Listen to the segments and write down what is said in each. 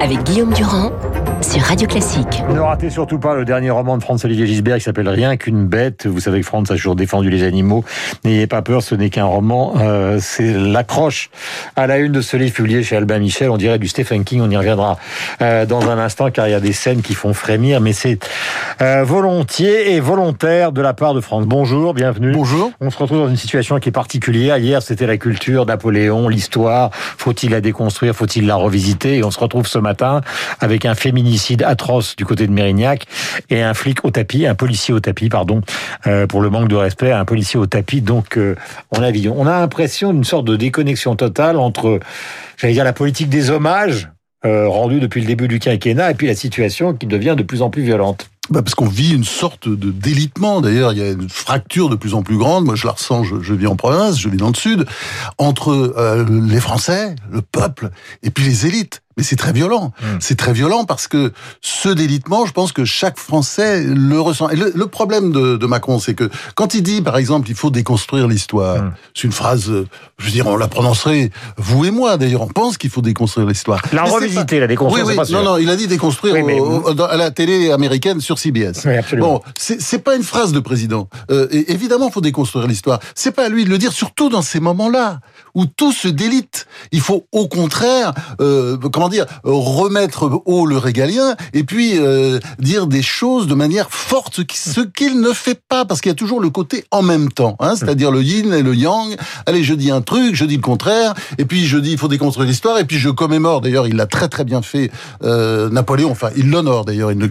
avec Guillaume Durand sur Radio Classique. Ne ratez surtout pas le dernier roman de Franz-Olivier Gisbert qui s'appelle Rien qu'une bête. Vous savez que Franz a toujours défendu les animaux. N'ayez pas peur, ce n'est qu'un roman. C'est l'accroche à la une de ce livre publié chez Albin Michel. On dirait du Stephen King. On y reviendra dans un instant car il y a des scènes qui font frémir. Mais c'est volontiers et volontaire de la part de Franz. Bonjour, bienvenue. Bonjour. On se retrouve dans une situation qui est particulière. Hier, c'était la culture, Napoléon, l'histoire. Faut-il la déconstruire? Faut-il la revisiter? Et on se retrouve ce matin avec un féminicide atroce du côté de Mérignac et un flic au tapis, un policier au tapis, pardon, pour le manque de respect, un policier au tapis. Donc, on a l'impression d'une sorte de déconnexion totale entre, j'allais dire, la politique des hommages rendue depuis le début du quinquennat et puis la situation qui devient de plus en plus violente. Parce qu'on vit une sorte de délitement. D'ailleurs, il y a une fracture de plus en plus grande. Moi, je la ressens, je vis en province, je vis dans le sud, entre les Français, le peuple, et puis les élites. Mais c'est très violent. C'est très violent parce que ce délitement, je pense que chaque Français le ressent. Et le problème de Macron, c'est que quand il dit, par exemple, il faut déconstruire l'histoire, c'est une phrase, je veux dire, on la prononcerait, vous et moi, d'ailleurs, on pense qu'il faut déconstruire l'histoire. La revisiter, la déconstruire, c'est pas sûr. Non, il a dit déconstruire à la télé américaine sur CBS. Oui, absolument. Bon, c'est pas une phrase de président. Et évidemment, il faut déconstruire l'histoire. C'est pas à lui de le dire, surtout dans ces moments-là où tout se délite. Il faut, au contraire, remettre haut le régalien et puis dire des choses de manière forte, ce qu'il ne fait pas, parce qu'il y a toujours le côté en même temps, c'est-à-dire le yin et le yang. Allez, je dis un truc, je dis le contraire, et puis je dis il faut déconstruire l'histoire, et puis je commémore. D'ailleurs, il l'a très très bien fait, Napoléon. Enfin, il l'honore d'ailleurs. Il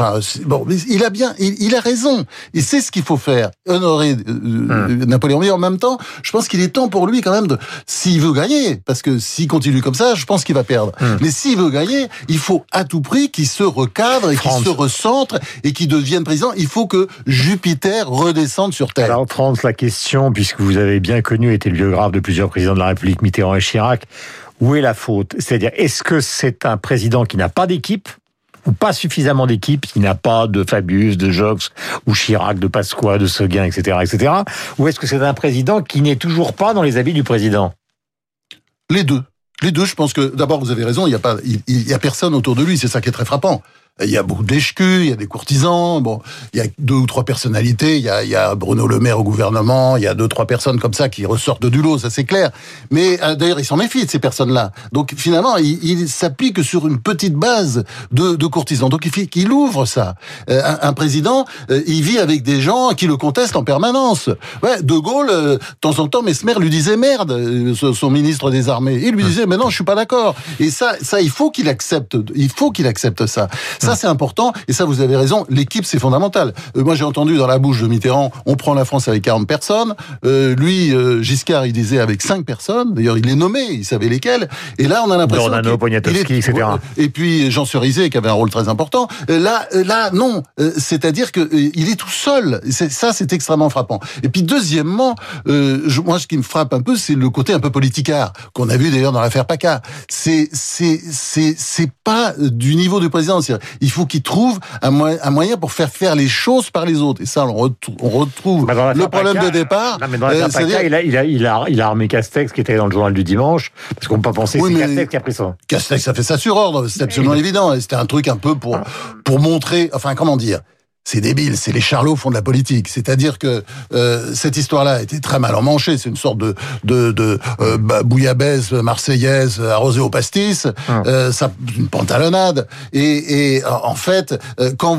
a raison. Il sait ce qu'il faut faire, honorer Napoléon. Mais en même temps, je pense qu'il est temps pour lui quand même s'il veut gagner, parce que s'il continue comme ça, je pense qu'il va perdre. Mais s'il veut gagner, il faut à tout prix qu'il se recadre et qu'il se recentre et qu'il devienne président. Il faut que Jupiter redescende sur Terre. Alors, Franz, la question, puisque vous avez bien connu, été le biographe de plusieurs présidents de la République, Mitterrand et Chirac, où est la faute? C'est-à-dire, est-ce que c'est un président qui n'a pas d'équipe, ou pas suffisamment d'équipe, qui n'a pas de Fabius, de Jox, ou Chirac, de Pasqua, de Seguin, etc., etc., ou est-ce que c'est un président qui n'est toujours pas dans les habits du président? Les deux. Les deux, je pense que, d'abord, vous avez raison, il y a personne autour de lui, c'est ça qui est très frappant. Il y a beaucoup d'échecus, il y a des courtisans, il y a 2 ou 3 personnalités, il y a Bruno Le Maire au gouvernement, il y a 2 ou 3 personnes comme ça qui ressortent du lot, ça c'est clair. Mais d'ailleurs, il s'en méfie de ces personnes-là. Donc finalement, il s'appuie que sur une petite base de courtisans. Donc il ouvre ça. Un président, il vit avec des gens qui le contestent en permanence. Ouais, De Gaulle, de temps en temps, Mesmer lui disait merde, son ministre des Armées. Il lui disait mais non, je suis pas d'accord. Et ça, il faut qu'il accepte. Il faut qu'il accepte ça. Ça, c'est important, et ça, vous avez raison, l'équipe, c'est fondamental. Moi, j'ai entendu dans la bouche de Mitterrand, on prend la France avec 40 personnes. Giscard, il disait avec 5 personnes. D'ailleurs, il les nommait, il savait lesquelles. Et là, on a l'impression Dornano, Poniatowski, etc. Et puis, Jean Cerizet, qui avait un rôle très important. Là, non. C'est-à-dire que il est tout seul. Ça, c'est extrêmement frappant. Et puis, deuxièmement, moi, ce qui me frappe un peu, c'est le côté un peu politicard, qu'on a vu d'ailleurs dans l'affaire PACA. C'est pas du niveau du président. Il faut qu'il trouve un moyen pour faire les choses par les autres. Et ça, on retrouve le problème de départ. Non, mais dans l'affaire PACA, il a armé Castex, qui était dans le journal du dimanche, parce qu'on ne peut pas penser que c'est Castex qui a pris ça. Castex a fait ça sur ordre, c'est absolument évident. Et c'était un truc un peu pour montrer, enfin, comment dire, c'est débile, c'est les charlots font de la politique. C'est-à-dire que cette histoire-là a été très mal emmanchée. C'est une sorte de bouillabaisse marseillaise arrosée au pastis. Ça, une pantalonnade. Et en fait, quand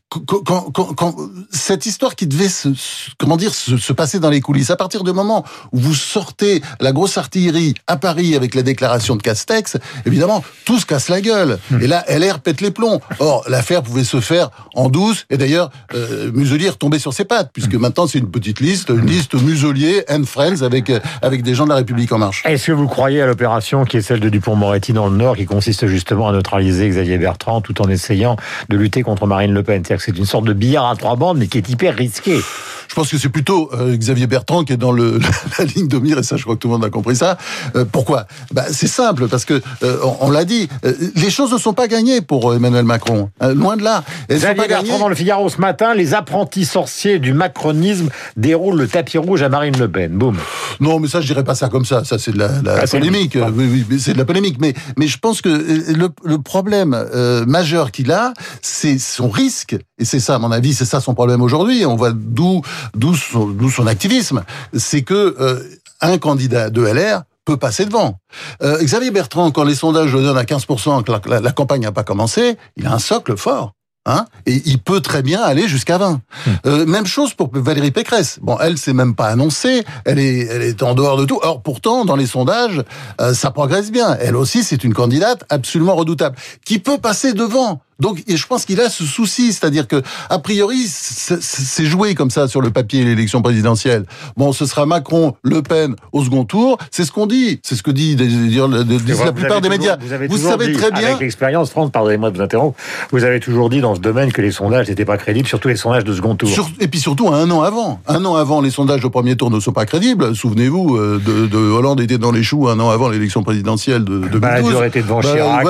cette histoire qui devait se passer dans les coulisses, à partir du moment où vous sortez la grosse artillerie à Paris avec la déclaration de Castex, évidemment, tout se casse la gueule. Et là, LR pète les plombs. Or, l'affaire pouvait se faire en douce. Et d'ailleurs, Muselier est retombé sur ses pattes, puisque maintenant c'est une petite liste, Muselier and Friends avec des gens de la République En Marche. Est-ce que vous croyez à l'opération qui est celle de Dupond-Moretti dans le Nord, qui consiste justement à neutraliser Xavier Bertrand tout en essayant de lutter contre Marine Le Pen? C'est-à-dire que c'est une sorte de billard à 3 bandes, mais qui est hyper risqué. Je pense que c'est plutôt Xavier Bertrand qui est dans la ligne de mire, et ça, je crois que tout le monde a compris ça. Pourquoi ? C'est simple, parce que on l'a dit, les choses ne sont pas gagnées pour Emmanuel Macron. Loin de là. Xavier Bertrand dans Le Figaro Figaro ce matin, les apprentis sorciers du macronisme déroulent le tapis rouge à Marine Le Pen. Boum. Non, mais ça, je dirais pas ça comme ça. Ça, c'est de la polémique. Oui, c'est de la polémique. Mais je pense que le problème majeur qu'il a, c'est son risque. Et c'est ça, à mon avis, c'est ça son problème aujourd'hui. On voit d'où son activisme. C'est que un candidat de LR peut passer devant. Xavier Bertrand, quand les sondages le donnent à 15%, que la campagne n'a pas commencé, il a un socle fort. Et il peut très bien aller jusqu'à 20. Même chose pour Valérie Pécresse. Bon, elle s'est même pas annoncée, elle est en dehors de tout. Or, pourtant, dans les sondages, ça progresse bien. Elle aussi, c'est une candidate absolument redoutable, qui peut passer devant. Donc, et je pense qu'il a ce souci, c'est-à-dire que, a priori, c'est joué comme ça sur le papier l'élection présidentielle. Bon, ce sera Macron, Le Pen au second tour. C'est ce qu'on dit. C'est ce que disent la plupart des médias. Vous savez très bien. Avec l'expérience, France, pardonnez-moi de vous interrompre, vous avez toujours dit dans ce domaine que les sondages n'étaient pas crédibles, surtout les sondages de second tour. Et puis surtout, un an avant. Un an avant, les sondages de premier tour ne sont pas crédibles. Souvenez-vous, de Hollande était dans les choux un an avant l'élection présidentielle de 2012. Balladur était devant Chirac.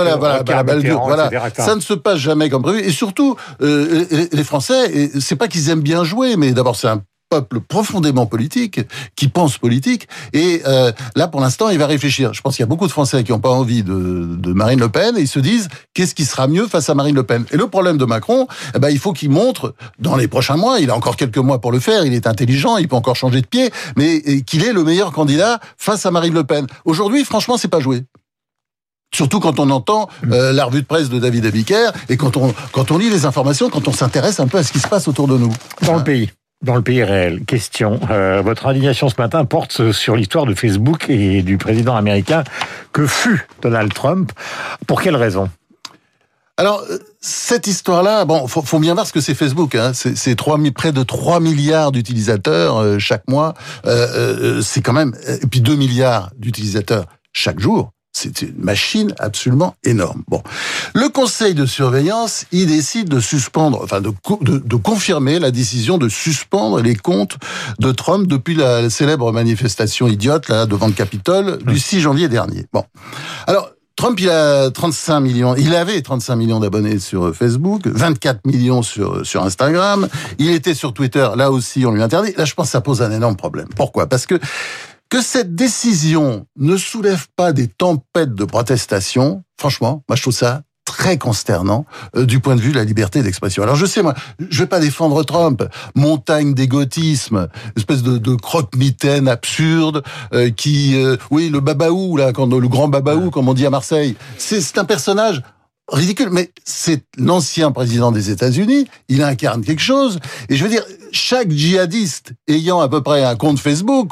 Voilà. Ça ne se passe jamais comme prévu. Et surtout, les Français, c'est pas qu'ils aiment bien jouer, mais d'abord c'est un peuple profondément politique, qui pense politique, et là pour l'instant il va réfléchir. Je pense qu'il y a beaucoup de Français qui n'ont pas envie de Marine Le Pen, et ils se disent qu'est-ce qui sera mieux face à Marine Le Pen. Et le problème de Macron, il faut qu'il montre dans les prochains mois, il a encore quelques mois pour le faire, il est intelligent, il peut encore changer de pied, mais qu'il est le meilleur candidat face à Marine Le Pen. Aujourd'hui, franchement, c'est pas joué. Surtout quand on entend la revue de presse de David Abiker et quand on lit les informations, quand on s'intéresse un peu à ce qui se passe autour de nous. Dans le pays réel, question. Votre indignation ce matin porte sur l'histoire de Facebook et du président américain que fut Donald Trump. Pour quelle raison ? Alors, cette histoire-là, faut bien voir ce que c'est Facebook. C'est près de 3 milliards d'utilisateurs chaque mois. C'est quand même... Et puis 2 milliards d'utilisateurs chaque jour. C'est une machine absolument énorme. Bon, le conseil de surveillance, il décide de suspendre, de confirmer la décision de suspendre les comptes de Trump depuis la célèbre manifestation idiote là devant le Capitole du 6 janvier dernier. Bon, alors Trump, il avait 35 millions d'abonnés sur Facebook, 24 millions sur Instagram. Il était sur Twitter, là aussi on lui interdit. Là, je pense que ça pose un énorme problème. Pourquoi ? Parce que cette décision ne soulève pas des tempêtes de protestation, franchement, moi je trouve ça très consternant du point de vue de la liberté d'expression. Alors je sais, moi, je vais pas défendre Trump, montagne d'égotisme, espèce de croque-mitaine absurde, le babaou, là, le grand babaou, comme on dit à Marseille, c'est un personnage ridicule, mais c'est l'ancien président des États-Unis, il incarne quelque chose, et je veux dire, chaque djihadiste ayant à peu près un compte Facebook,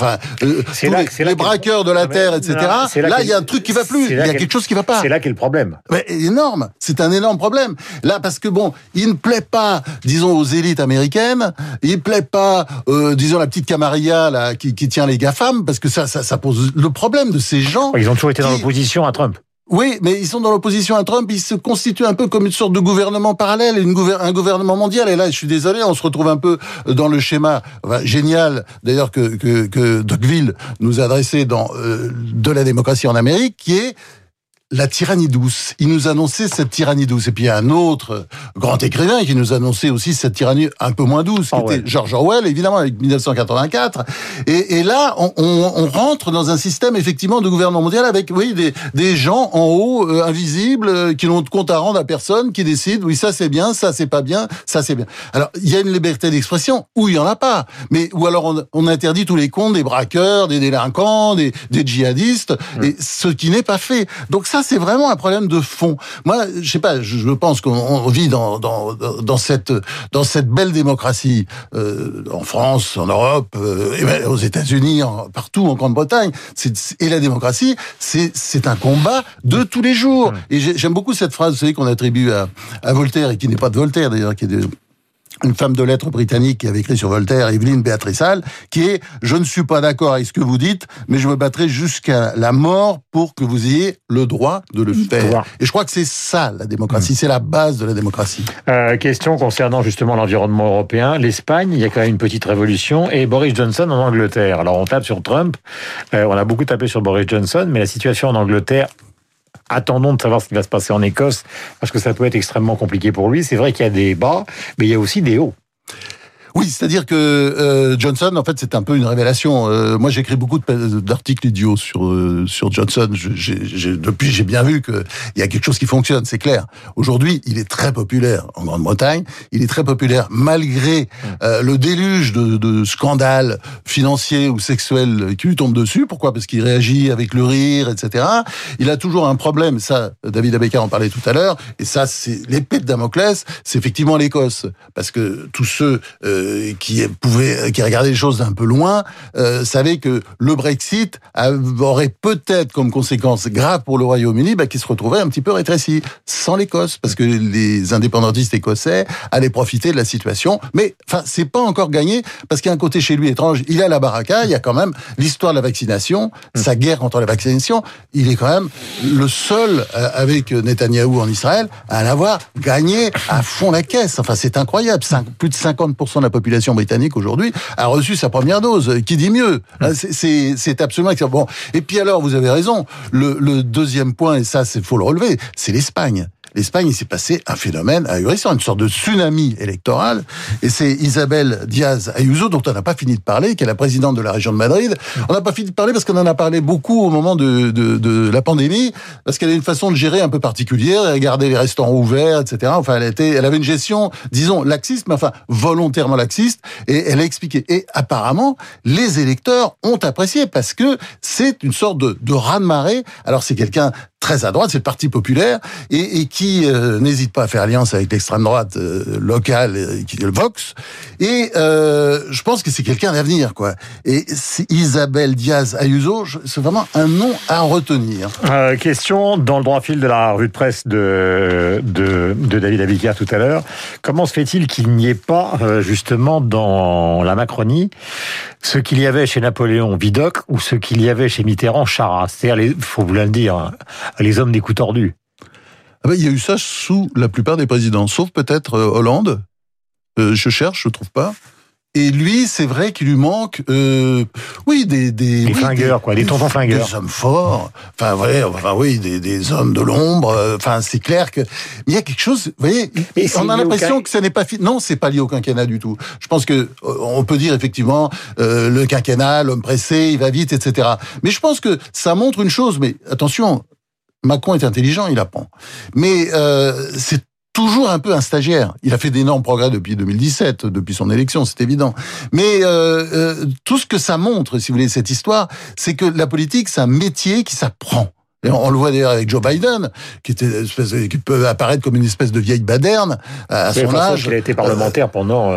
les braqueurs de la terre, etc., là, il y a un truc qui va plus, il y a quelque chose qui va pas. C'est là qu'est le problème. Mais énorme, c'est un énorme problème. Là, parce que il ne plaît pas, disons, aux élites américaines, il ne plaît pas, disons, la petite camarilla, là, qui tient les GAFAM, parce que ça pose le problème de ces gens. Ils ont toujours été dans l'opposition à Trump. Oui, mais ils sont dans l'opposition à Trump, ils se constituent un peu comme une sorte de gouvernement parallèle, un gouvernement mondial. Et là, je suis désolé, on se retrouve un peu dans le schéma génial, d'ailleurs, que Tocqueville nous a adressé dans De la démocratie en Amérique, qui est la tyrannie douce. Il nous annonçait cette tyrannie douce. Et puis il y a un autre grand écrivain qui nous annonçait aussi cette tyrannie un peu moins douce, qui était George Orwell, évidemment, avec 1984. Et là, on rentre dans un système, effectivement, de gouvernement mondial avec, des gens en haut, invisibles, qui n'ont de compte à rendre à personne, qui décident, oui, ça c'est bien, ça c'est pas bien, ça c'est bien. Alors, il y a une liberté d'expression, ou il y en a pas. Ou alors on interdit tous les comptes des braqueurs, des délinquants, des djihadistes, et ce qui n'est pas fait. Donc ça, c'est vraiment un problème de fond. Moi, je sais pas, je pense qu'on vit dans cette belle démocratie en France, en Europe, et aux États-Unis, partout en Grande-Bretagne. Et la démocratie, c'est un combat de tous les jours. Et j'aime beaucoup cette phrase, vous savez, qu'on attribue à Voltaire, et qui n'est pas de Voltaire d'ailleurs, qui est une femme de lettres britannique qui avait écrit sur Voltaire, Evelyne Beatrice Hall, qui est « Je ne suis pas d'accord avec ce que vous dites, mais je me battrai jusqu'à la mort pour que vous ayez le droit de le faire. » Et je crois que c'est ça, la démocratie, c'est la base de la démocratie. Question concernant justement l'environnement européen. L'Espagne, il y a quand même une petite révolution, et Boris Johnson en Angleterre. Alors on tape sur Trump, on a beaucoup tapé sur Boris Johnson, mais la situation en Angleterre attendons de savoir ce qui va se passer en Écosse, parce que ça peut être extrêmement compliqué pour lui. C'est vrai qu'il y a des bas, mais il y a aussi des hauts. Oui, c'est-à-dire que Johnson, en fait, c'est un peu une révélation. Moi, j'écris beaucoup d'articles idiots sur Johnson. Depuis, j'ai bien vu qu'il y a quelque chose qui fonctionne, c'est clair. Aujourd'hui, il est très populaire en Grande-Bretagne. Il est très populaire malgré le déluge de scandales financiers ou sexuels qui lui tombent dessus. Pourquoi ? Parce qu'il réagit avec le rire, etc. Il a toujours un problème. Ça, David Abeka en parlait tout à l'heure. Et ça, c'est l'épée de Damoclès. C'est effectivement l'Écosse, parce que tous ceux qui regardaient les choses d'un peu loin, savaient que le Brexit aurait peut-être comme conséquence grave pour le Royaume-Uni, qu'il se retrouvait un petit peu rétréci, sans l'Écosse, parce que les indépendantistes écossais allaient profiter de la situation. Mais, c'est pas encore gagné, parce qu'il y a un côté chez lui étrange. Il a la baraka, il y a quand même l'histoire de la vaccination, sa guerre contre la vaccination. Il est quand même le seul, avec Netanyahou en Israël, à l'avoir gagné à fond la caisse. Enfin, c'est incroyable. Plus de 50% de la population britannique aujourd'hui a reçu sa première dose. Qui dit mieux ? C'est absolument excellent. Bon. Et puis alors, vous avez raison. Le deuxième point, et ça, faut le relever, c'est l'Espagne. L'Espagne, il s'est passé un phénomène ahurissant, une sorte de tsunami électoral. Et c'est Isabel Díaz Ayuso, dont on n'a pas fini de parler, qui est la présidente de la région de Madrid. On n'a pas fini de parler parce qu'on en a parlé beaucoup au moment de la pandémie, parce qu'elle a une façon de gérer un peu particulière, elle gardait les restaurants ouverts, etc. Enfin, elle avait une gestion, disons, laxiste, mais volontairement laxiste, et elle a expliqué. Et apparemment, les électeurs ont apprécié, parce que c'est une sorte de raz-de-marée. Alors, c'est quelqu'un très à droite, c'est le Parti populaire, et qui n'hésite pas à faire alliance avec l'extrême droite locale, qui est le Vox. Et je pense que c'est quelqu'un d'avenir, quoi. Et Isabel Díaz Ayuso, c'est vraiment un nom à retenir. Question dans le droit fil de la revue de presse de David Abeka tout à l'heure. Comment se fait-il qu'il n'y ait pas, justement, dans la Macronie, ce qu'il y avait chez Napoléon Vidocq ou ce qu'il y avait chez Mitterrand Charras? C'est-à-dire, faut vous le dire, les hommes des coups tordus. Il y a eu ça sous la plupart des présidents, sauf peut-être Hollande. Je cherche, je trouve pas. Et lui, c'est vrai qu'il lui manque, des flingueurs, des tontons flingueurs. Des hommes forts. Des hommes de l'ombre. C'est clair que, mais il y a quelque chose, vous voyez, on a l'impression que ça n'est pas non, c'est pas lié au quinquennat du tout. Je pense que, on peut dire effectivement, le quinquennat, l'homme pressé, il va vite, etc. Mais je pense que ça montre une chose, mais attention, Macron est intelligent, il apprend. Mais c'est toujours un peu un stagiaire. Il a fait d'énormes progrès depuis 2017, depuis son élection, c'est évident. Mais tout ce que ça montre, si vous voulez, cette histoire, c'est que la politique, c'est un métier qui s'apprend. Et on le voit d'ailleurs avec Joe Biden, qui peut apparaître comme une espèce de vieille baderne à son âge. Il a été parlementaire pendant.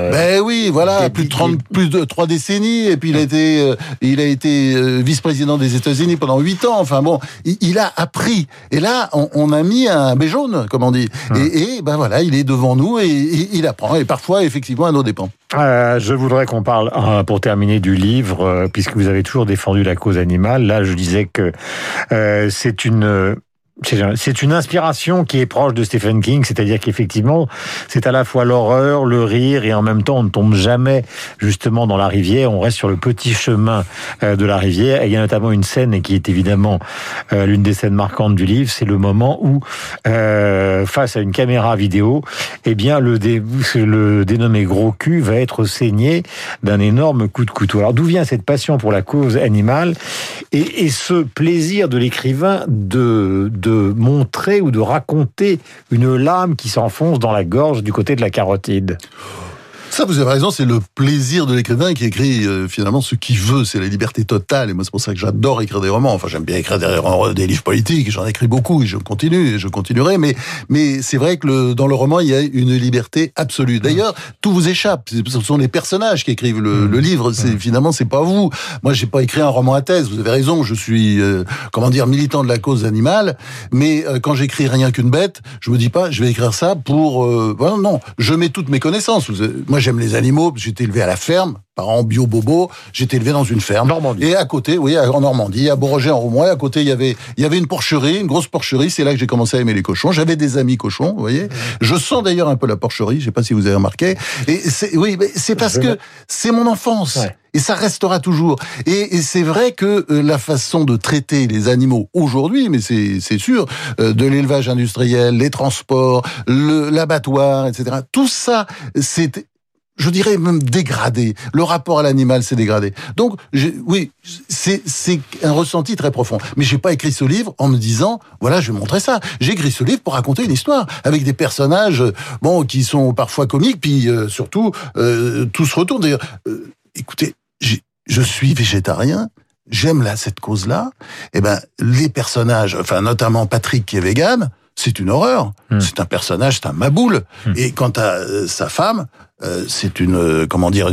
Plus de 3 décennies. Et puis il a été vice-président des États-Unis pendant 8 ans. Enfin bon, il a appris. Et là, on a mis un B jaune, comme on dit. Il est devant nous et il apprend. Et parfois, effectivement, à nos dépens. Je voudrais qu'on parle, pour terminer, du livre, puisque vous avez toujours défendu la cause animale. Là, je disais que c'est une inspiration qui est proche de Stephen King, c'est-à-dire qu'effectivement, c'est à la fois l'horreur, le rire, et en même temps, on ne tombe jamais justement dans la rivière, on reste sur le petit chemin de la rivière. Et il y a notamment une scène, et qui est évidemment l'une des scènes marquantes du livre, c'est le moment où, face à une caméra vidéo, le dénommé gros cul va être saigné d'un énorme coup de couteau. Alors d'où vient cette passion pour la cause animale et ce plaisir de l'écrivain de montrer ou de raconter une lame qui s'enfonce dans la gorge du côté de la carotide? Ça, vous avez raison, c'est le plaisir de l'écrivain qui écrit finalement ce qu'il veut, c'est la liberté totale. Et moi, c'est pour ça que j'adore écrire des romans. Enfin, j'aime bien écrire des livres politiques, j'en écris beaucoup et je continue et je continuerai. Mais c'est vrai que dans le roman, il y a une liberté absolue. D'ailleurs, tout vous échappe. Ce sont les personnages qui écrivent le livre. Finalement, c'est pas vous. Moi, j'ai pas écrit un roman à thèse. Vous avez raison, je suis, militant de la cause animale. Mais quand j'écris Rien qu'une bête, je me dis pas, je vais écrire ça pour... non, je mets toutes mes connaissances. Moi, j'aime les animaux. J'étais élevé à la ferme, parents bio bobo. J'étais élevé dans une ferme. Normandie. Et à côté, oui, en Normandie, à Beauregard-en-Roumois, à côté, il y avait une porcherie, une grosse porcherie. C'est là que j'ai commencé à aimer les cochons. J'avais des amis cochons, vous voyez. Je sens d'ailleurs un peu la porcherie. Je sais pas si vous avez remarqué. Et c'est parce que c'est mon enfance. Ouais. Et ça restera toujours. Et c'est vrai que la façon de traiter les animaux aujourd'hui, mais c'est sûr, de l'élevage industriel, les transports, l'abattoir, etc. Tout ça, c'est, je dirais même dégradé. Le rapport à l'animal s'est dégradé. Donc, oui, c'est un ressenti très profond. Mais j'ai pas écrit ce livre en me disant, voilà, je vais montrer ça. J'ai écrit ce livre pour raconter une histoire avec des personnages, bon, qui sont parfois comiques, puis surtout tout se retourne. D'ailleurs, écoutez, je suis végétarien, j'aime cette cause-là. Eh ben, les personnages, enfin notamment Patrick qui est végane, c'est une horreur. C'est un personnage, c'est un maboule. Et quant à sa femme, c'est une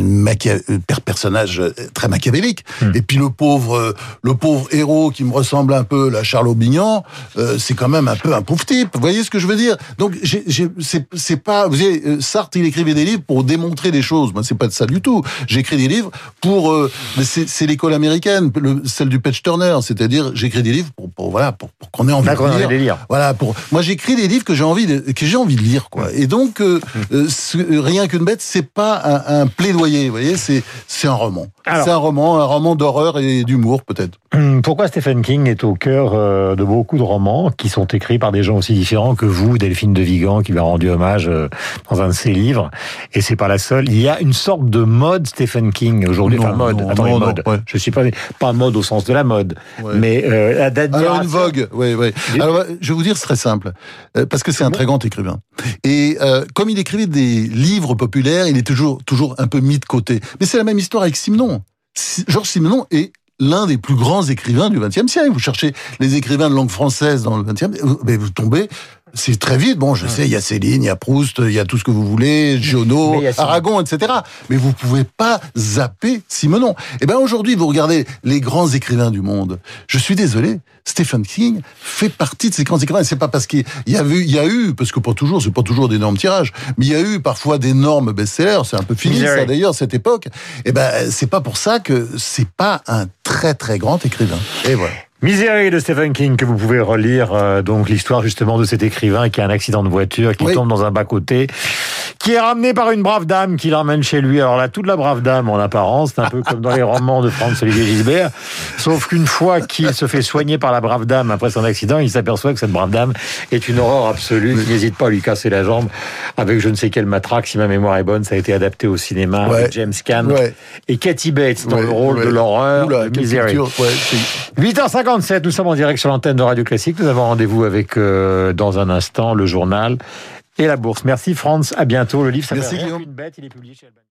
personnage très machiavélique. Et puis le pauvre héros qui me ressemble un peu, la Charles Aubignan, c'est quand même un peu un pauvre type. Vous voyez ce que je veux dire? Donc c'est pas, vous savez, Sartre il écrivait des livres pour démontrer des choses. Moi c'est pas de ça du tout. J'écris des livres pour, c'est l'école américaine, celle du Page Turner, c'est-à-dire j'écris des livres pour qu'on ait envie de lire. Voilà, moi j'écris des livres que j'ai envie de lire, quoi. Et donc rien qu'une bête, c'est pas un plaidoyer, vous voyez, c'est un roman. Alors, c'est un roman d'horreur et d'humour, peut-être. Pourquoi Stephen King est au cœur de beaucoup de romans qui sont écrits par des gens aussi différents que vous, Delphine de Vigan, qui lui a rendu hommage dans un de ses livres, et c'est pas la seule. Il y a une sorte de mode Stephen King aujourd'hui, mode. Ouais. Je suis pas mode au sens de la mode, mais alors une vogue, oui. Alors je vais vous dire, c'est très simple, parce que c'est un très grand écrivain. Et comme il écrivait des livres populaires, il est toujours un peu mis de côté. Mais c'est la même histoire avec Simenon. Georges Simenon est l'un des plus grands écrivains du XXe siècle. Vous cherchez les écrivains de langue française dans le XXe, vous tombez. C'est très vite. Bon, je sais, il y a Céline, il y a Proust, il y a tout ce que vous voulez, Giono, Aragon, etc. Mais vous pouvez pas zapper Simenon. Et ben aujourd'hui, vous regardez les grands écrivains du monde. Je suis désolé, Stephen King fait partie de ces grands écrivains. Et c'est pas parce qu'il y a eu, parce que c'est pas toujours d'énormes tirages, mais il y a eu parfois d'énormes best-sellers. C'est un peu fini ça d'ailleurs cette époque. Et ben c'est pas pour ça que c'est pas un très très grand écrivain. Et voilà. Misery de Stephen King, que vous pouvez relire, donc l'histoire justement de cet écrivain qui a un accident de voiture, qui tombe dans un bas-côté, qui est ramené par une brave dame qui l'emmène chez lui. Alors là, toute la brave dame en apparence, c'est un peu comme dans les romans de Franz-Olivier Gisbert, sauf qu'une fois qu'il se fait soigner par la brave dame après son accident, il s'aperçoit que cette brave dame est une horreur absolue, qui n'hésite pas à lui casser la jambe avec je ne sais quelle matraque, si ma mémoire est bonne. Ça a été adapté au cinéma avec James Caan et Kathy Bates dans le rôle de l'horreur de Misery. 8h50. Nous sommes en direct sur l'antenne de Radio Classique. Nous avons rendez-vous avec, dans un instant, le journal et la bourse. Merci Franz, à bientôt. Le livre s'appelle Rien qu'une bête, il est publié chez Albin.